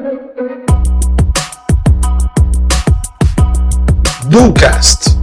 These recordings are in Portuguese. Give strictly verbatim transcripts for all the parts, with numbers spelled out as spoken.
Bullcast.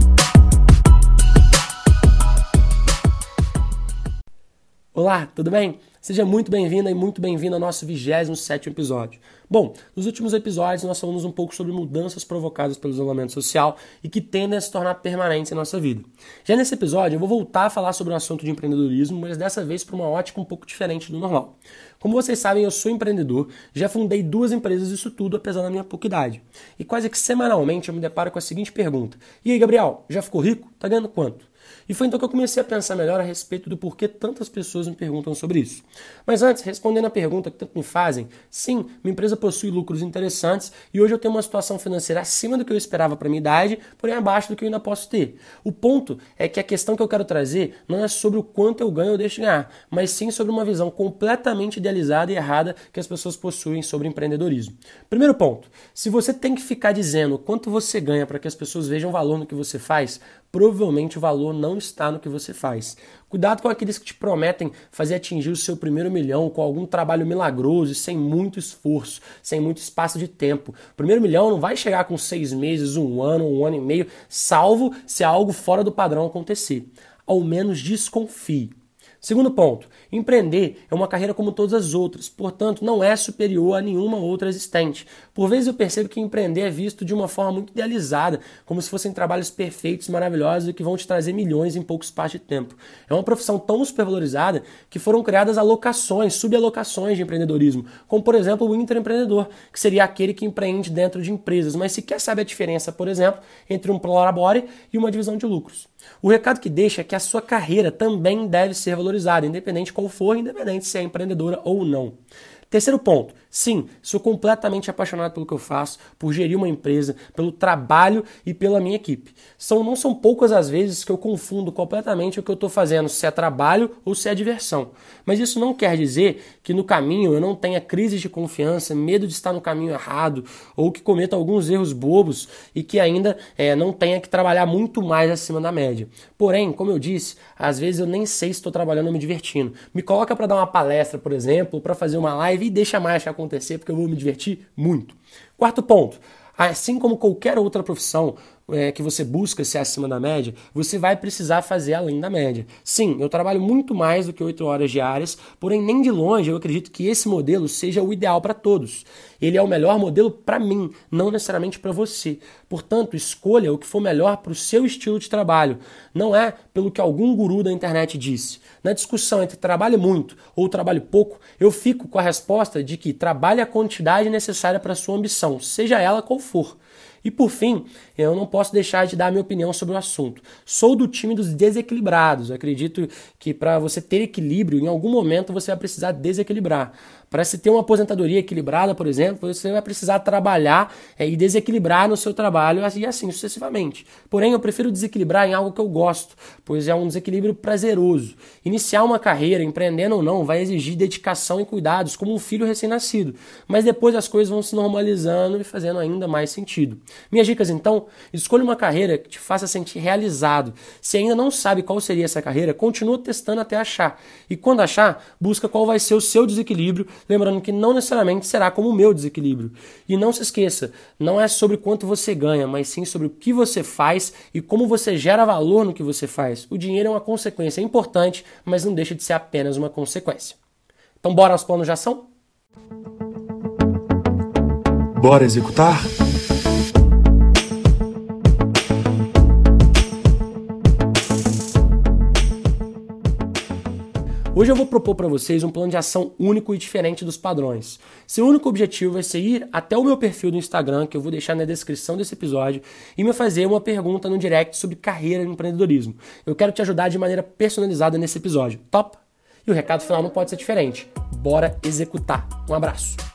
Olá, tudo bem? Seja muito bem-vinda e muito bem-vindo ao nosso vigésimo sétimo episódio. Bom, nos últimos episódios nós falamos um pouco sobre mudanças provocadas pelo isolamento social e que tendem a se tornar permanentes em nossa vida. Já nesse episódio eu vou voltar a falar sobre o assunto de empreendedorismo, mas dessa vez por uma ótica um pouco diferente do normal. Como vocês sabem, eu sou empreendedor, já fundei duas empresas, isso tudo apesar da minha pouca idade. E quase que semanalmente eu me deparo com a seguinte pergunta: e aí, Gabriel, já ficou rico? Tá ganhando quanto? E foi então que eu comecei a pensar melhor a respeito do porquê tantas pessoas me perguntam sobre isso. Mas antes, respondendo a pergunta que tanto me fazem, sim, minha empresa possui lucros interessantes e hoje eu tenho uma situação financeira acima do que eu esperava para minha idade, porém abaixo do que eu ainda posso ter. O ponto é que a questão que eu quero trazer não é sobre o quanto eu ganho ou deixo de ganhar, mas sim sobre uma visão completamente idealizada e errada que as pessoas possuem sobre empreendedorismo. Primeiro ponto, se você tem que ficar dizendo quanto você ganha para que as pessoas vejam valor no que você faz, provavelmente o valor não está no que você faz. Cuidado com aqueles que te prometem fazer atingir o seu primeiro milhão com algum trabalho milagroso e sem muito esforço, sem muito espaço de tempo. O primeiro milhão não vai chegar com seis meses, um ano, um ano e meio, salvo se algo fora do padrão acontecer. Ao menos desconfie. Segundo ponto, empreender é uma carreira como todas as outras, portanto não é superior a nenhuma outra existente. Por vezes eu percebo que empreender é visto de uma forma muito idealizada, como se fossem trabalhos perfeitos, maravilhosos e que vão te trazer milhões em pouco espaço de tempo. É uma profissão tão supervalorizada que foram criadas alocações, subalocações de empreendedorismo, como por exemplo o intraempreendedor, que seria aquele que empreende dentro de empresas, mas sequer sabe a diferença, por exemplo, entre um prolabore e uma divisão de lucros. O recado que deixa é que a sua carreira também deve ser valorizada, independente qual for, independente se é empreendedora ou não. Terceiro ponto, sim, sou completamente apaixonado pelo que eu faço, por gerir uma empresa, pelo trabalho e pela minha equipe. São, não são poucas as vezes que eu confundo completamente o que eu estou fazendo, se é trabalho ou se é diversão. Mas isso não quer dizer que no caminho eu não tenha crises de confiança, medo de estar no caminho errado, ou que cometa alguns erros bobos e que ainda é, não tenha que trabalhar muito mais acima da média. Porém, como eu disse, às vezes eu nem sei se estou trabalhando ou me divertindo. Me coloca para dar uma palestra, por exemplo, ou para fazer uma live e deixa mais acontecer, porque eu vou me divertir muito. Quarto ponto, assim como qualquer outra profissão é, que você busca ser acima da média, você vai precisar fazer além da média. Sim, eu trabalho muito mais do que oito horas diárias, porém nem de longe eu acredito que esse modelo seja o ideal para todos. Ele é o melhor modelo para mim, não necessariamente para você. Portanto, escolha o que for melhor para o seu estilo de trabalho. Não é pelo que algum guru da internet disse. Na discussão entre trabalho muito ou trabalho pouco, eu fico com a resposta de que trabalhe a quantidade necessária para a sua ambição, seja ela qual for. E por fim, eu não posso deixar de dar a minha opinião sobre o assunto. Sou do time dos desequilibrados. Acredito que para você ter equilíbrio, em algum momento você vai precisar desequilibrar. Para se ter uma aposentadoria equilibrada, por exemplo, você vai precisar trabalhar é, e desequilibrar no seu trabalho e assim sucessivamente. Porém, eu prefiro desequilibrar em algo que eu gosto, pois é um desequilíbrio prazeroso. Iniciar uma carreira, empreendendo ou não, vai exigir dedicação e cuidados, como um filho recém-nascido. Mas depois as coisas vão se normalizando e fazendo ainda mais sentido. Minhas dicas então, escolha uma carreira que te faça sentir realizado. Se ainda não sabe qual seria essa carreira, continua testando até achar. E quando achar, busca qual vai ser o seu desequilíbrio, lembrando que não necessariamente será como o meu desequilíbrio. E não se esqueça, não é sobre quanto você ganha, mas sim sobre o que você faz e como você gera valor no que você faz. O dinheiro é uma consequência importante, mas não deixa de ser apenas uma consequência. Então bora aos planos de ação? Bora executar? Hoje eu vou propor para vocês um plano de ação único e diferente dos padrões. Seu único objetivo vai ser ir até o meu perfil do Instagram, que eu vou deixar na descrição desse episódio, e me fazer uma pergunta no direct sobre carreira e empreendedorismo. Eu quero te ajudar de maneira personalizada nesse episódio. Top? E o recado final não pode ser diferente. Bora executar. Um abraço.